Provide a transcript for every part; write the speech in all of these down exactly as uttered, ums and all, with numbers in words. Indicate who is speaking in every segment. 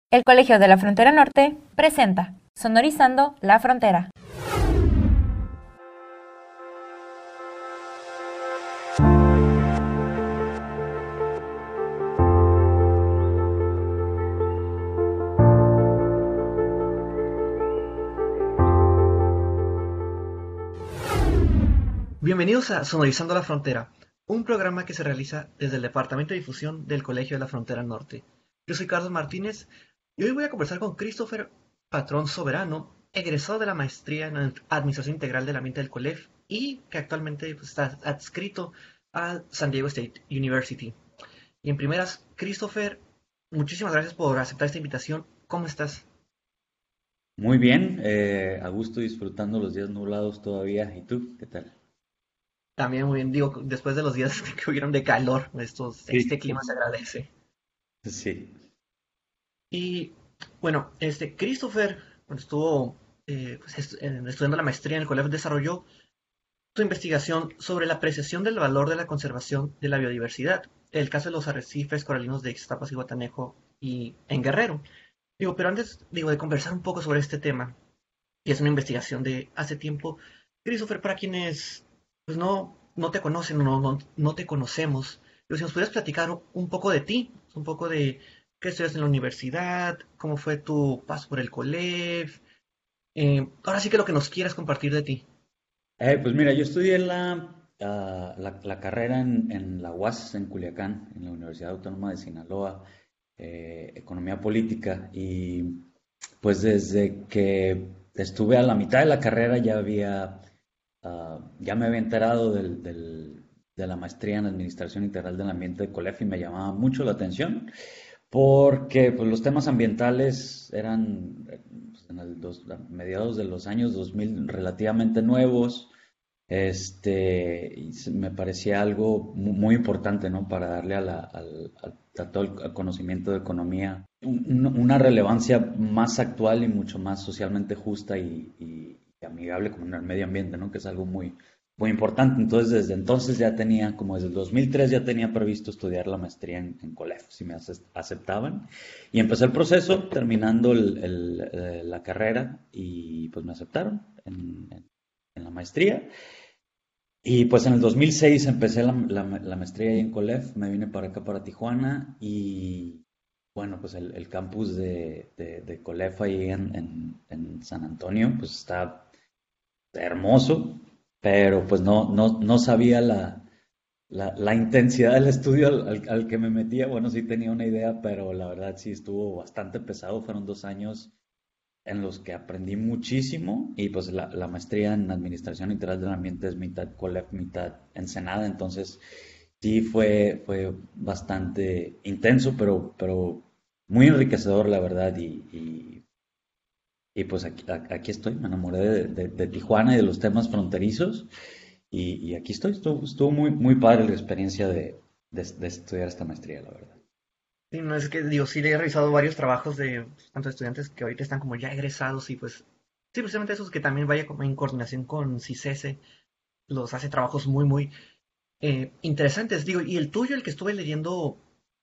Speaker 1: El Colegio de la Frontera Norte presenta Sonorizando la Frontera.
Speaker 2: Bienvenidos a Sonorizando la Frontera, un programa que se realiza desde el Departamento de Difusión del Colegio de la Frontera Norte. Yo soy Carlos Martínez y hoy voy a conversar con Christopher Patrón Soberano, egresado de la maestría en Administración Integral del Ambiente del COLEF y que actualmente pues, está adscrito a San Diego State University. Y en primeras, Christopher, muchísimas gracias por aceptar esta invitación. ¿Cómo estás?
Speaker 3: Muy bien, eh, a gusto disfrutando los días nublados todavía. ¿Y tú? ¿Qué tal?
Speaker 2: También muy bien, digo, después de los días que hubieron de calor, estos, este
Speaker 3: Sí,
Speaker 2: clima se agradece.
Speaker 3: sí.
Speaker 2: Y bueno, este Christopher, cuando estuvo eh, pues, est- eh, estudiando la maestría en el colegio, desarrolló su investigación sobre la apreciación del valor de la conservación de la biodiversidad, el caso de los arrecifes coralinos de Ixtapas y Guatanejo y en Guerrero. Digo, pero antes digo, de conversar un poco sobre este tema, y es una investigación de hace tiempo, Christopher, para quienes pues, no, no te conocen, no, no, no te conocemos, digo, si nos pudieras platicar un poco de ti, un poco de qué estudias en la universidad, cómo fue tu paso por el COLEF, eh, ahora sí que lo que nos quieras compartir de ti.
Speaker 3: Eh, pues mira, yo estudié la, ah, la, la carrera en, en la U A S en Culiacán, en la Universidad Autónoma de Sinaloa, eh, Economía Política, y pues desde que estuve a la mitad de la carrera ya había, ah, ya me había enterado del, del- de la maestría en Administración Integral del Ambiente de COLEF y me llamaba mucho la atención. Porque pues, los temas ambientales eran eh, pues, en el dos- a mediados de los años dos mil relativamente nuevos, este, y se- me parecía algo mu- muy importante, ¿no? Para darle a, la- al, al- a todo el conocimiento de economía un- un- una relevancia más actual y mucho más socialmente justa y, y- y amigable con el medio ambiente, ¿no? Que es algo muy, muy importante. Entonces, desde entonces ya tenía, como desde el dos mil tres ya tenía previsto estudiar la maestría en, en COLEF, si me ace- aceptaban. Y empecé el proceso terminando el- el, eh, la carrera y pues me aceptaron en, en- en la maestría. Y pues en el dos mil seis empecé la, la- la maestría ahí en COLEF, me vine para acá, para Tijuana, y bueno, pues el, el campus de, de, de COLEF ahí en, en- en San Antonio, pues está hermoso, pero pues no, no, no sabía la, la, la intensidad del estudio al, al- al que me metía. Bueno, sí tenía una idea, pero la verdad sí estuvo bastante pesado, fueron dos años en los que aprendí muchísimo y pues la, la maestría en Administración Integral del Ambiente es mitad COLEF, mitad Ensenada, entonces sí fue, fue bastante intenso, pero, pero muy enriquecedor, la verdad, y, y, y, pues aquí, a- aquí estoy, me enamoré de, de- de Tijuana y de los temas fronterizos y, y aquí estoy, estuvo, estuvo muy, muy padre la experiencia de, de, de estudiar esta maestría, la verdad.
Speaker 2: Sí, no es que, digo, sí le he revisado varios trabajos de tanto estudiantes que ahorita están como ya egresados y pues, sí, precisamente esos que también vaya como en coordinación con CISESE, los hace trabajos muy, muy eh, interesantes, digo, y el tuyo, el que estuve leyendo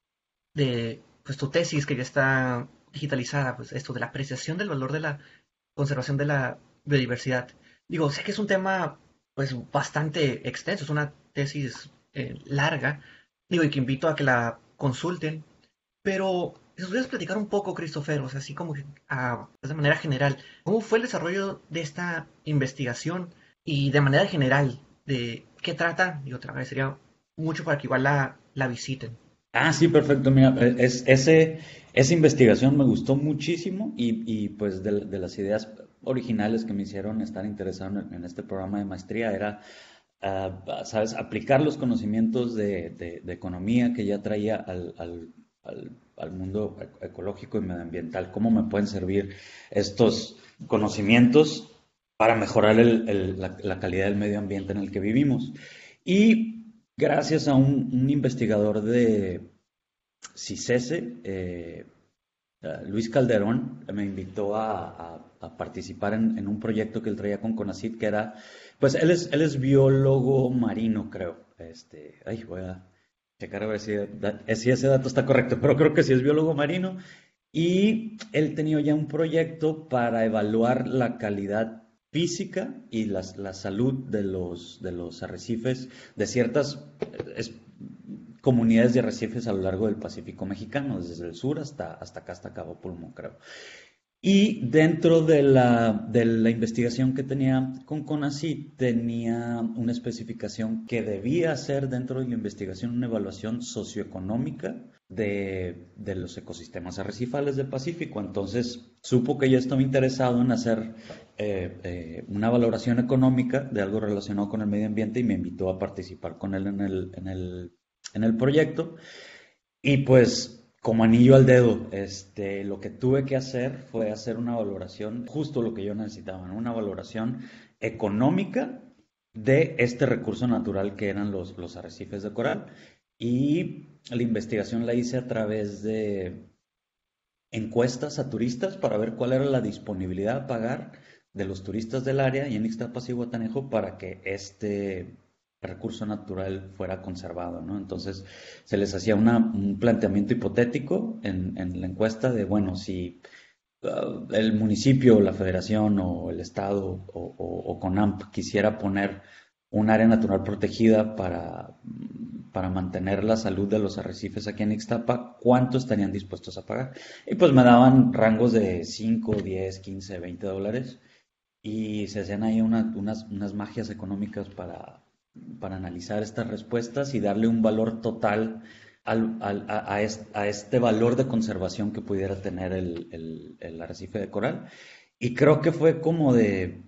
Speaker 2: de, pues tu tesis que ya está digitalizada, pues esto de la apreciación del valor de la conservación de la biodiversidad. Digo, sé que es un tema pues bastante extenso, es una tesis eh, larga, digo, y que invito a que la consulten, pero si nos pudieras platicar un poco, Christopher, o sea, así como que, ah, pues, de manera general, ¿cómo fue el desarrollo de esta investigación y de manera general de qué trata? Y otra vez sería mucho para que igual la, la visiten.
Speaker 3: Ah, sí, perfecto. Mira, eh, es, ese, esa investigación me gustó muchísimo y, y, pues de, de las ideas originales que me hicieron estar interesado en, en este programa de maestría era, ah, ¿sabes?, aplicar los conocimientos de, de- de economía que ya traía al, al- al- al mundo ec- ecológico y medioambiental. ¿Cómo me pueden servir estos conocimientos para mejorar el- el- la, la calidad del medio ambiente en el que vivimos? Y gracias a un, un investigador de CISESE, eh, eh, Luis Calderón, me invitó a, a- a participar en, en un proyecto que él traía con CONACYT, que era, pues él es, él es biólogo marino, creo. Este, ay, voy a checar a ver si, da- si ese dato está correcto, pero creo que sí es biólogo marino Y él tenía ya un proyecto para evaluar la calidad física y la, la salud de los, de los arrecifes, de ciertas es, comunidades de arrecifes a lo largo del Pacífico mexicano, desde el sur hasta, hasta acá, hasta Cabo Pulmo, creo. Y dentro de la, de la investigación que tenía con CONACYT, tenía una especificación que debía hacer dentro de la investigación una evaluación socioeconómica de, de los ecosistemas arrecifales del Pacífico. Entonces supo que yo estaba interesado en hacer eh, eh, una valoración económica de algo relacionado con el medio ambiente y me invitó a participar con él en el, en el, en el proyecto. Y pues como anillo al dedo, este, lo que tuve que hacer fue hacer una valoración, justo lo que yo necesitaba, ¿no? Una valoración económica de este recurso natural que eran los, los arrecifes de coral. Y la investigación la hice a través de encuestas a turistas para ver cuál era la disponibilidad a pagar de los turistas del área y en Ixtapas y Guatanejo para que este recurso natural fuera conservado, ¿no? Entonces se les hacía una, un planteamiento hipotético en, en la encuesta de, bueno, si uh, el municipio, la federación o el estado o, o, o CONAMP quisiera poner un área natural protegida para, para mantener la salud de los arrecifes aquí en Ixtapa, ¿cuánto estarían dispuestos a pagar? Y pues me daban rangos de cinco, diez, quince, veinte dólares y se hacían ahí una, unas, unas magias económicas para para analizar estas respuestas y darle un valor total al, al, a, a, este, a este valor de conservación que pudiera tener el, el, el arrecife de coral. Y creo que fue como de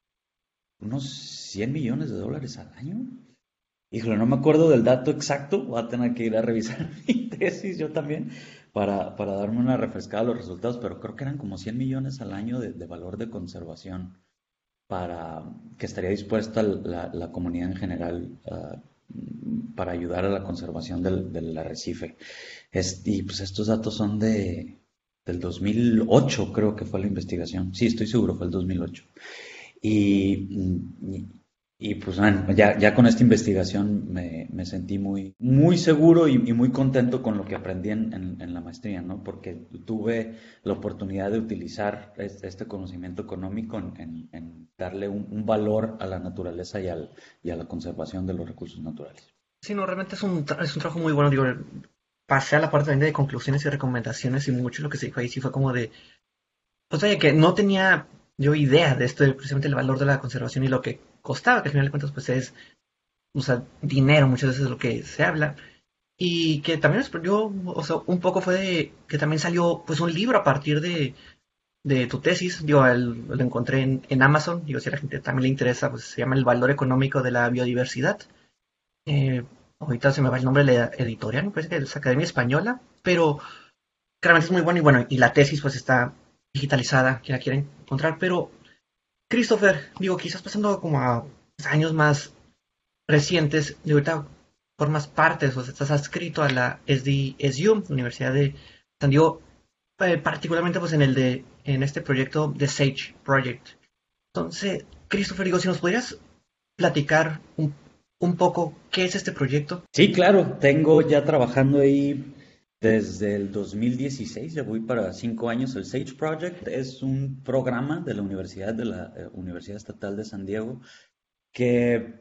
Speaker 3: unos cien millones de dólares al año. Híjole, no me acuerdo del dato exacto, voy a tener que ir a revisar mi tesis yo también para, para darme una refrescada a los resultados, pero creo que eran como cien millones al año de, de valor de conservación para que estaría dispuesta la, la comunidad en general uh, para ayudar a la conservación del, del arrecife. Es, y pues estos datos son de del dos mil ocho, creo que fue la investigación. Sí, estoy seguro, fue el dos mil ocho. Y, y, y pues bueno, ya, ya con esta investigación me, me sentí muy, muy seguro y, y muy contento con lo que aprendí en, en, en la maestría, ¿no? Porque tuve la oportunidad de utilizar este, este conocimiento económico en, en, en darle un, un valor a la naturaleza y, al, y a la conservación de los recursos naturales.
Speaker 2: Sí, no, realmente es un, tra- es un trabajo muy bueno. Digo, pasé a la parte también de conclusiones y recomendaciones y mucho lo que se dijo ahí sí fue como de, o sea, que no tenía yo idea de esto, de precisamente el valor de la conservación y lo que costaba, que al final de cuentas pues es, o sea, dinero muchas veces de lo que se habla. Y que también es, yo, o sea, un poco fue de que también salió pues un libro a partir de, de tu tesis. Yo el- lo encontré en, en Amazon. Digo, si a la gente también le interesa, pues se llama El valor económico de la biodiversidad. Eh, ahorita se me va el nombre de la editorial, me parece que es Academia Española, pero claramente es muy bueno y bueno, y la tesis pues está digitalizada, quien la quiera encontrar. Pero, Christopher, digo, quizás pasando como a años más recientes, de ahorita formas parte, o sea, estás adscrito a la S D S U, Universidad de San Diego, eh, particularmente pues en el de, en este proyecto de SAGE Project. Entonces, Christopher, digo, si nos podrías platicar un, un poco qué es este proyecto.
Speaker 3: Sí, claro, tengo ya trabajando ahí desde el dos mil dieciséis, ya voy para cinco años. El SAGE Project es un programa de la Universidad, de la eh, Universidad Estatal de San Diego que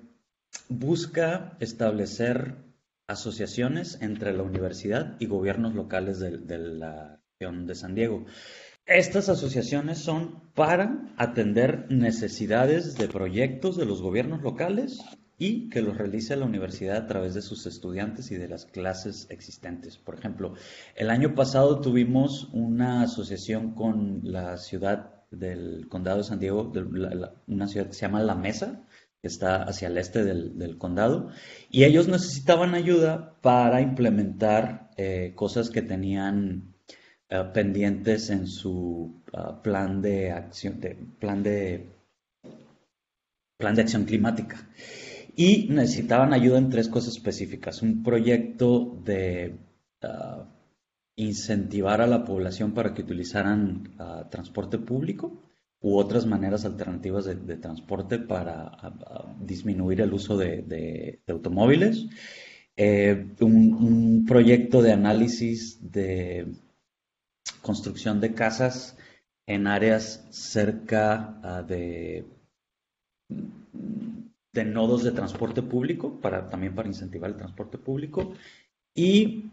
Speaker 3: busca establecer asociaciones entre la universidad y gobiernos locales de, de la región de San Diego. Estas asociaciones son para atender necesidades de proyectos de los gobiernos locales y que los realice la universidad a través de sus estudiantes y de las clases existentes. Por ejemplo, el año pasado tuvimos una asociación con la ciudad del condado de San Diego, de la, la, una ciudad que se llama La Mesa, que está hacia el este del, del condado, y ellos necesitaban ayuda para implementar eh, cosas que tenían uh, pendientes en su uh, plan de acción, de, plan de plan de acción climática. Y necesitaban ayuda en tres cosas específicas. Un proyecto de uh, incentivar a la población para que utilizaran uh, transporte público u otras maneras alternativas de, de transporte para a, a disminuir el uso de, de, de automóviles. Eh, un, un proyecto de análisis de construcción de casas en áreas cerca uh, de, de nodos de transporte público, para, también para incentivar el transporte público. Y,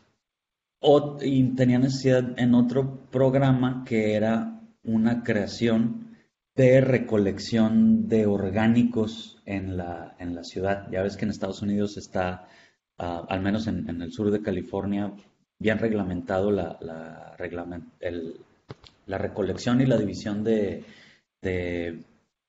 Speaker 3: o, y tenía necesidad en otro programa que era una creación de recolección de orgánicos en la, en la ciudad. Ya ves que en Estados Unidos está, uh, al menos en, en el sur de California, bien reglamentado la, la, reglament, el, la recolección y la división de, de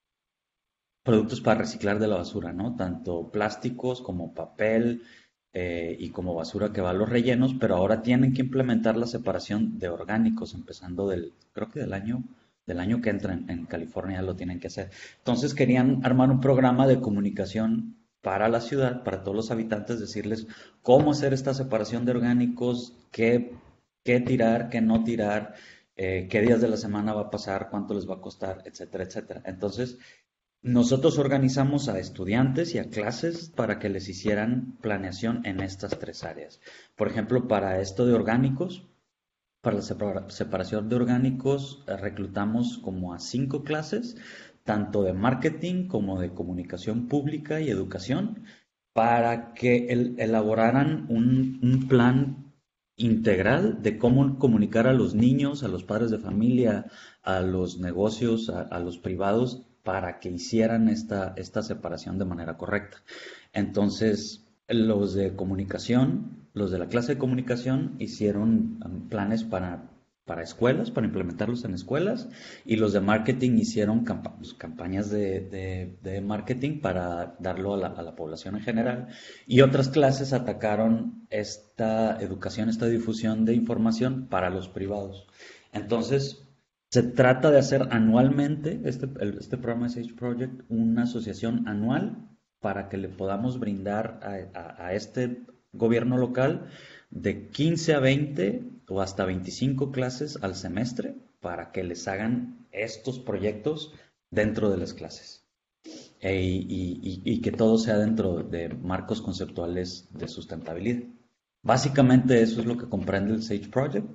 Speaker 3: productos para reciclar de la basura, ¿no? Tanto plásticos como papel eh, y como basura que va a los rellenos, pero ahora tienen que implementar la separación de orgánicos, empezando del, creo que del año, del año que entra en, en California lo tienen que hacer. Entonces querían armar un programa de comunicación para la ciudad, para todos los habitantes, decirles cómo hacer esta separación de orgánicos, qué, qué tirar, qué no tirar, eh, qué días de la semana va a pasar, cuánto les va a costar, etcétera, etcétera. Entonces, nosotros organizamos a estudiantes y a clases para que les hicieran planeación en estas tres áreas. Por ejemplo, para esto de orgánicos, para la separa- separación de orgánicos, eh, reclutamos como a cinco clases, tanto de marketing como de comunicación pública y educación, para que el- elaboraran un, un plan integral de cómo comunicar a los niños, a los padres de familia, a los negocios, a, a los privados, para que hicieran esta, esta separación de manera correcta. Entonces, los de comunicación, los de la clase de comunicación hicieron um, planes para, para escuelas, para implementarlos en escuelas, y los de marketing hicieron campa pues, campañas de, de, de marketing para darlo a la, a la población en general, y otras clases atacaron esta educación, esta difusión de información para los privados. Entonces, se trata de hacer anualmente, este, el, este programa de Sage Project, una asociación anual para que le podamos brindar a, a, a este gobierno local de quince a veinte o hasta veinticinco clases al semestre para que les hagan estos proyectos dentro de las clases. E, y, y, y que todo sea dentro de marcos conceptuales de sustentabilidad. Básicamente eso es lo que comprende el Sage Project,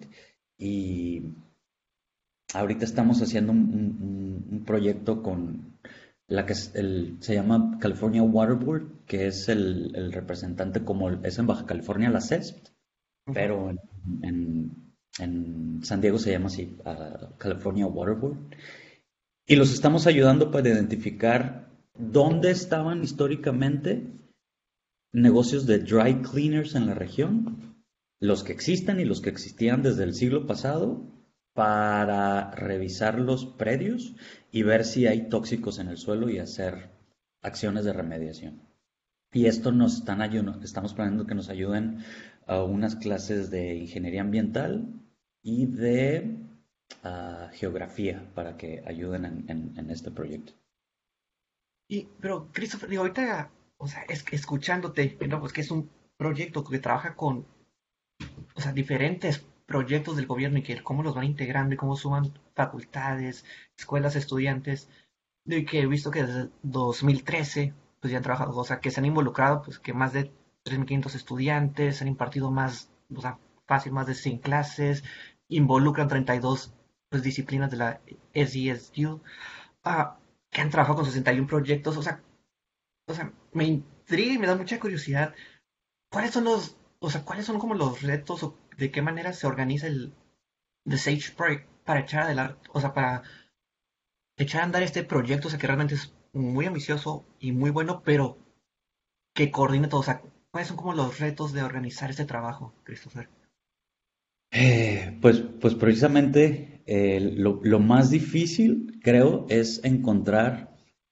Speaker 3: y ahorita estamos haciendo un, un, un proyecto con la que es el, se llama California Water Board, que es el, el representante, como el- es en Baja California la C E S P,
Speaker 2: Ujú.
Speaker 3: pero en, en, en San Diego se llama así, uh, California Water Board. Y los estamos ayudando para identificar dónde estaban históricamente negocios de dry cleaners en la región, los que existen y los que existían desde el siglo pasado, para revisar los predios y ver si hay tóxicos en el suelo y hacer acciones de remediación. Y esto nos están ayudando, estamos planeando que nos ayuden a unas clases de ingeniería ambiental y de uh, geografía para que ayuden en, en, en este proyecto.
Speaker 2: Y, pero, Christopher, digo, ahorita, o sea, es que escuchándote, no, pues que es un proyecto que trabaja con, o sea, diferentes proyectos del gobierno y que cómo los van integrando y cómo suman facultades, escuelas, estudiantes, de que he visto que desde dos mil trece, pues ya han trabajado, o sea, que se han involucrado, pues que más de tres mil quinientos estudiantes, han impartido más, o sea, fácil, más de cien clases, involucran treinta y dos, pues, disciplinas de la S E S U, ah, que han trabajado con sesenta y uno proyectos, o sea, o sea, me intriga y me da mucha curiosidad. ¿Cuáles son los, o sea, cuáles son como los retos o de qué manera se organiza el The Sage Project para echar adelante, o sea, para echar a andar este proyecto, o sea, que realmente es muy ambicioso y muy bueno, pero que coordine todo, o sea, cuáles son como los retos de organizar este trabajo, Christopher?
Speaker 3: Eh, pues, pues precisamente eh, lo, lo más difícil, creo, es encontrar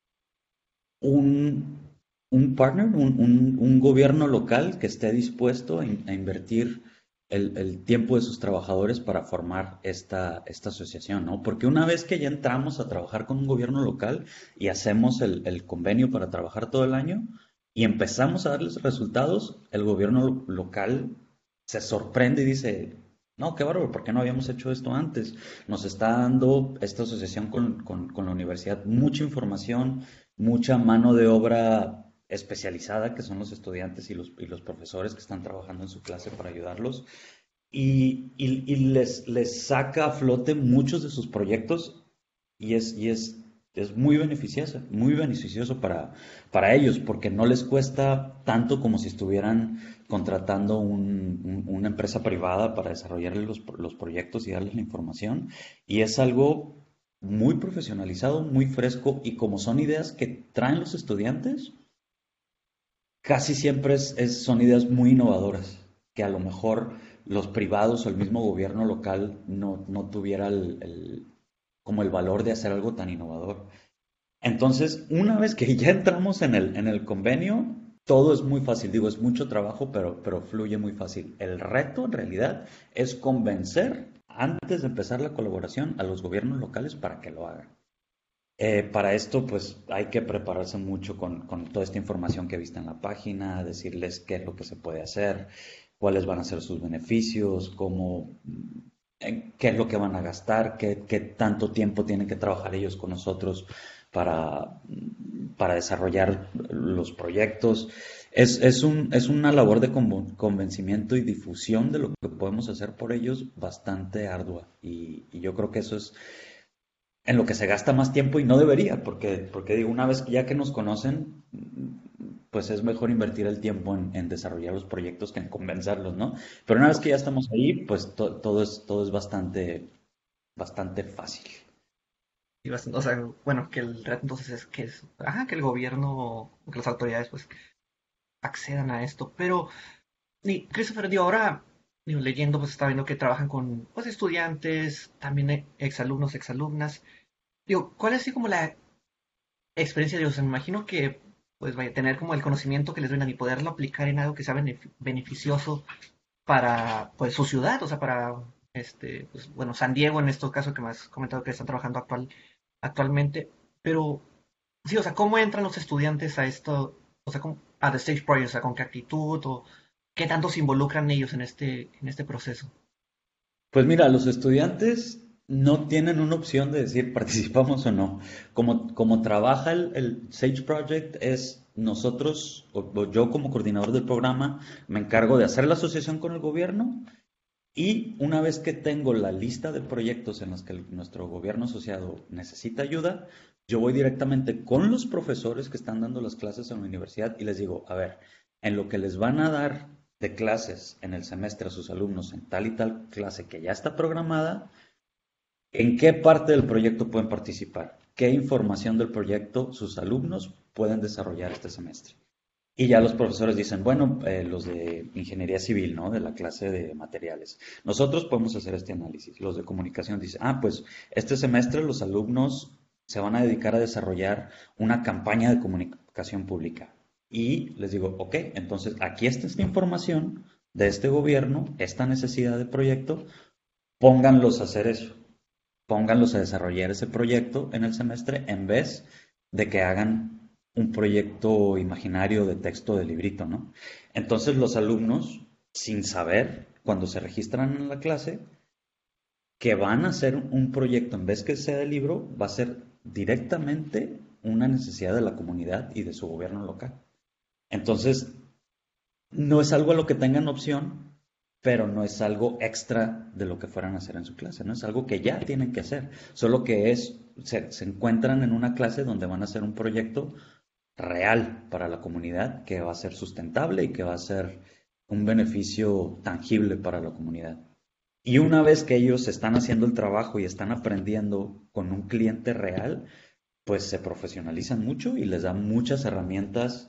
Speaker 3: un, un partner, un, un- un gobierno local que esté dispuesto a, in- a invertir el, el tiempo de sus trabajadores para formar esta, esta asociación, ¿no? Porque una vez que ya entramos a trabajar con un gobierno local y hacemos el, el convenio para trabajar todo el año y empezamos a darles resultados, el gobierno lo- local se sorprende y dice, no, qué bárbaro, ¿por qué no habíamos hecho esto antes? Nos está dando esta asociación con, con con la universidad mucha información, mucha mano de obra especializada, que son los estudiantes y los, y los profesores que están trabajando en su clase para ayudarlos. y, y- y les, les saca a flote muchos de sus proyectos y es, y es, es muy beneficioso, muy beneficioso para, para ellos, porque no les cuesta tanto como si estuvieran contratando un- un- una empresa privada para desarrollarles los, los proyectos y darles la información. Y es algo muy profesionalizado, muy fresco, y como son ideas que traen los estudiantes, casi siempre es, es- son ideas muy innovadoras, que a lo mejor los privados o el mismo gobierno local no, no tuviera el, el- como el valor de hacer algo tan innovador. Entonces, una vez que ya entramos en el, en el convenio, todo es muy fácil. Digo, es mucho trabajo, pero, pero fluye muy fácil. El reto, en realidad, es convencer, antes de empezar la colaboración, a los gobiernos locales para que lo hagan. Eh, para esto, pues hay que prepararse mucho con, con toda esta información que viste en la página, decirles qué es lo que se puede hacer, cuáles van a ser sus beneficios, cómo, en qué es lo que van a gastar, qué, qué tanto tiempo tienen que trabajar ellos con nosotros para, para desarrollar los proyectos. Es, es un, es una labor de convo- convencimiento y difusión de lo que podemos hacer por ellos bastante ardua. Y, y yo creo que eso es en lo que se gasta más tiempo y no debería, porque, porque digo, una vez que ya que nos conocen, pues es mejor invertir el tiempo en, en desarrollar los proyectos que en convencerlos, ¿no? Pero una vez que ya estamos ahí, pues to- todo es, todo es bastante, bastante fácil.
Speaker 2: Y bastante- o sea, bueno, que el reto entonces es que es, ajá, que el gobierno, que las autoridades pues accedan a esto. Pero, y Christopher, digo, ahora, digo, leyendo, pues está viendo que trabajan con pues estudiantes, también e- exalumnos, exalumnas. Digo, ¿cuál es así como la experiencia de ellos? Me imagino que pues vaya a tener como el conocimiento que les brindan y poderlo aplicar en algo que sea benef- beneficioso para pues su ciudad, o sea, para este, pues, bueno, San Diego en este caso que me has comentado que están trabajando actual, actualmente, pero sí, o sea, ¿cómo entran los estudiantes a esto, o sea, cómo- a The Stage Project, o sea, con qué actitud o qué tanto se involucran ellos en este, en este proceso?
Speaker 3: Pues mira, los estudiantes no tienen una opción de decir participamos o no. Como, como trabaja el, el Sage Project es nosotros, o, o yo como coordinador del programa, me encargo de hacer la asociación con el gobierno. Y una vez que tengo la lista de proyectos en los que el- nuestro gobierno asociado necesita ayuda, yo voy directamente con los profesores que están dando las clases en la universidad y les digo, a ver, en lo que les van a dar de clases en el semestre a sus alumnos en tal y tal clase que ya está programada, ¿en qué parte del proyecto pueden participar? ¿Qué información del proyecto sus alumnos pueden desarrollar este semestre? Y ya los profesores dicen, bueno, eh, los de ingeniería civil, ¿no? De la clase de materiales. Nosotros podemos hacer este análisis. Los de comunicación dicen, ah, pues este semestre los alumnos se van a dedicar a desarrollar una campaña de comunicación pública. Y les digo, ok, entonces aquí está esta información de este gobierno, esta necesidad de proyecto, pónganlos a hacer eso, pónganlos a desarrollar ese proyecto en el semestre en vez de que hagan un proyecto imaginario de texto de librito, ¿no? Entonces los alumnos, sin saber, cuando se registran en la clase, que van a hacer un proyecto en vez que sea de libro, va a ser directamente una necesidad de la comunidad y de su gobierno local. Entonces, no es algo a lo que tengan opción, pero no es algo extra de lo que fueran a hacer en su clase, no es algo que ya tienen que hacer, solo que es, se, se encuentran en una clase donde van a hacer un proyecto real para la comunidad que va a ser sustentable y que va a ser un beneficio tangible para la comunidad. Y una vez que ellos están haciendo el trabajo y están aprendiendo con un cliente real, pues se profesionalizan mucho y les dan muchas herramientas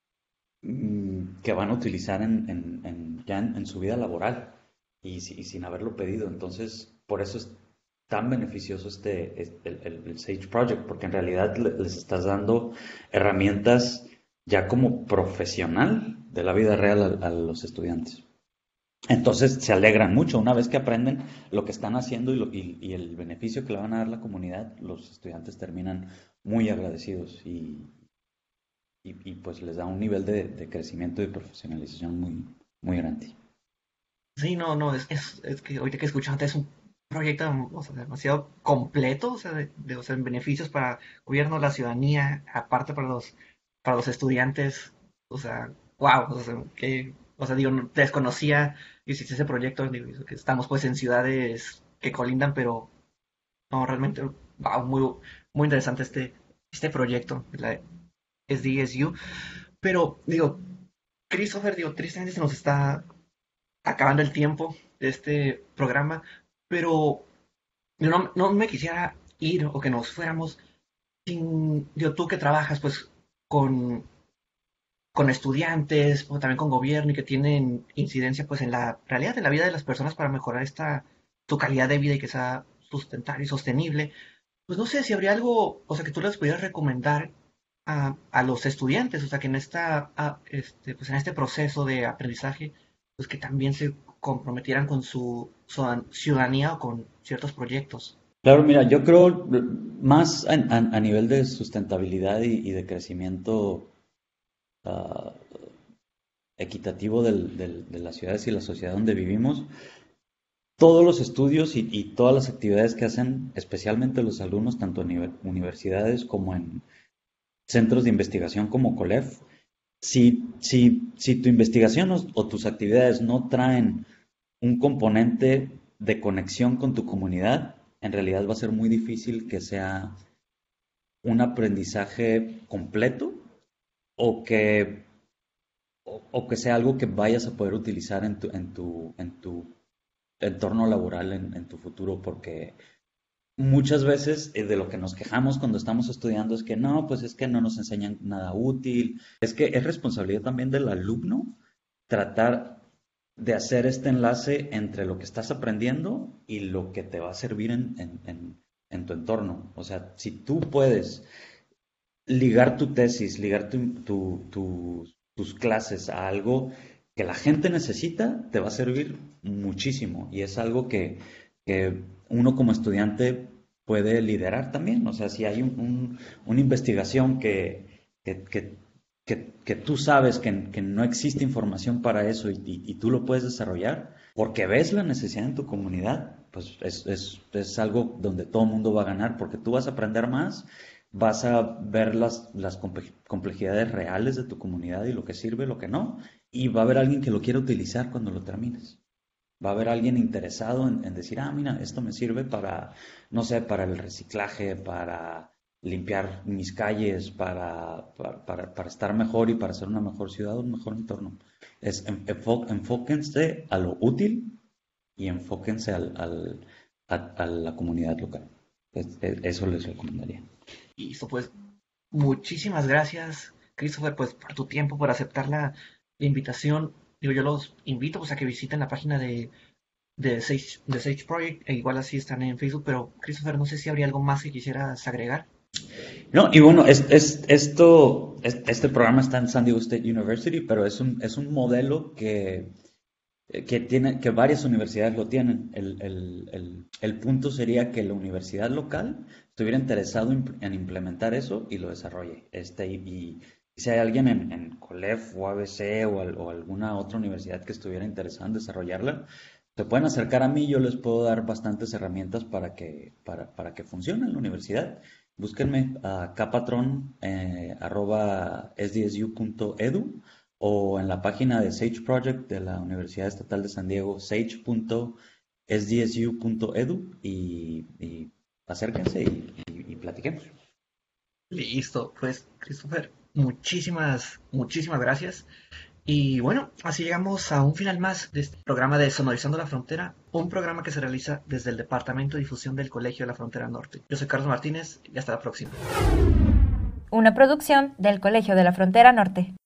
Speaker 3: mm, que van a utilizar en, en- en- ya en, en su vida laboral y, si- y sin haberlo pedido. Entonces, por eso es tan beneficioso este, este- el, el- el Sage Project, porque en realidad le- les estás dando herramientas ya como profesional de la vida real a, a los estudiantes. Entonces se alegran mucho una vez que aprenden lo que están haciendo y, lo- y- y el beneficio que le van a dar la comunidad, los estudiantes terminan muy agradecidos y, y, y, pues les da un nivel de, de crecimiento y profesionalización muy, muy grande.
Speaker 2: Sí, no, no, es, es, es que ahorita que escuchaste es un proyecto, o sea, demasiado completo, o sea, de, de, o sea, en beneficios para el gobierno, la ciudadanía, aparte para los, para los estudiantes, o sea, wow, o sea, qué, o sea, digo, no- desconocía, hiciste ese proyecto, digo, que estamos pues en ciudades que colindan, pero no, realmente, wow, muy, muy interesante este, este proyecto, la S D S U. Pero, digo, Christopher, digo, tristemente se nos está acabando el tiempo de este programa, pero yo no, no me quisiera ir o que nos fuéramos sin, digo, tú que trabajas pues con, con estudiantes o también con gobierno y que tienen incidencia pues en la realidad de la vida de las personas para mejorar esta, su calidad de vida y que sea sustentable y sostenible. Pues no sé si habría algo, o sea, que tú les pudieras recomendar a, a los estudiantes, o sea, que en esta, a- este, pues en este proceso de aprendizaje, pues que también se comprometieran con su ciudadan- ciudadanía o con ciertos proyectos.
Speaker 3: Claro, mira, yo creo más a, a- a nivel de sustentabilidad y, y de crecimiento ah, equitativo del- del- de las ciudades y la sociedad donde vivimos, todos los estudios y, y todas las actividades que hacen, especialmente los alumnos, tanto en nive- universidades como en centros de investigación como COLEF, si, si, si tu investigación o, o tus actividades no traen un componente de conexión con tu comunidad, en realidad va a ser muy difícil que sea un aprendizaje completo o que, o, o que sea algo que vayas a poder utilizar en tu, en tu, en tu entorno laboral en, en tu futuro, porque muchas veces eh, de lo que nos quejamos cuando estamos estudiando es que no, pues es que no nos enseñan nada útil. Es que es responsabilidad también del alumno tratar de hacer este enlace entre lo que estás aprendiendo y lo que te va a servir en, en- en- en tu entorno. O sea, si tú puedes ligar tu tesis, ligar tu- tu- tu- tus clases a algo que la gente necesita, te va a servir muchísimo. Y es algo que, que uno como estudiante puede liderar también. O sea, si hay un- un- una investigación que, que, que- que- que tú sabes que, que no existe información para eso y, y- y tú lo puedes desarrollar porque ves la necesidad en tu comunidad, pues es, es es algo donde todo el mundo va a ganar porque tú vas a aprender más, vas a ver las, las comple- complejidades reales de tu comunidad y lo que sirve, lo que no, y va a haber alguien que lo quiera utilizar cuando lo termines. Va a haber alguien interesado en, en decir, ah, mira, esto me sirve para, no sé, para el reciclaje, para limpiar mis calles, para, para, para- para estar mejor y para hacer una mejor ciudad, un mejor entorno. Es, en- enfo- enfóquense a lo útil y enfóquense al, al- a, a la comunidad local. Es- es- eso les recomendaría.
Speaker 2: Y eso pues, muchísimas gracias, Christopher, pues por tu tiempo, por aceptar la, la invitación. Digo, yo los invito pues a que visiten la página de, de Sage, de Sage Project, e igual así están en Facebook, pero Christopher, no sé si habría algo más que quisieras agregar.
Speaker 3: No, y bueno, es, es- esto, es- este programa está en San Diego State University, pero es un, es un modelo que, que tiene, que varias universidades lo tienen. El, el- el- el punto sería que la universidad local estuviera interesado en, en implementar eso y lo desarrolle. Este, y, y si hay alguien en, en COLEF o A B C o, al- o alguna otra universidad que estuviera interesada en desarrollarla, se pueden acercar a mí, yo les puedo dar bastantes herramientas para que, para, para que funcione en la universidad. Búsquenme a capatron eh, arroba s d s u punto edu o en la página de Sage Project de la Universidad Estatal de San Diego, sage punto s d s u punto edu y, y acérquense y, y- y platiquemos.
Speaker 2: Listo, pues Christopher, muchísimas, muchísimas gracias. Y bueno, así llegamos a un final más de este programa de Sonorizando la Frontera, un programa que se realiza desde el Departamento de Difusión del Colegio de la Frontera Norte. Yo soy Carlos Martínez y hasta la próxima.
Speaker 1: Una producción del Colegio de la Frontera Norte.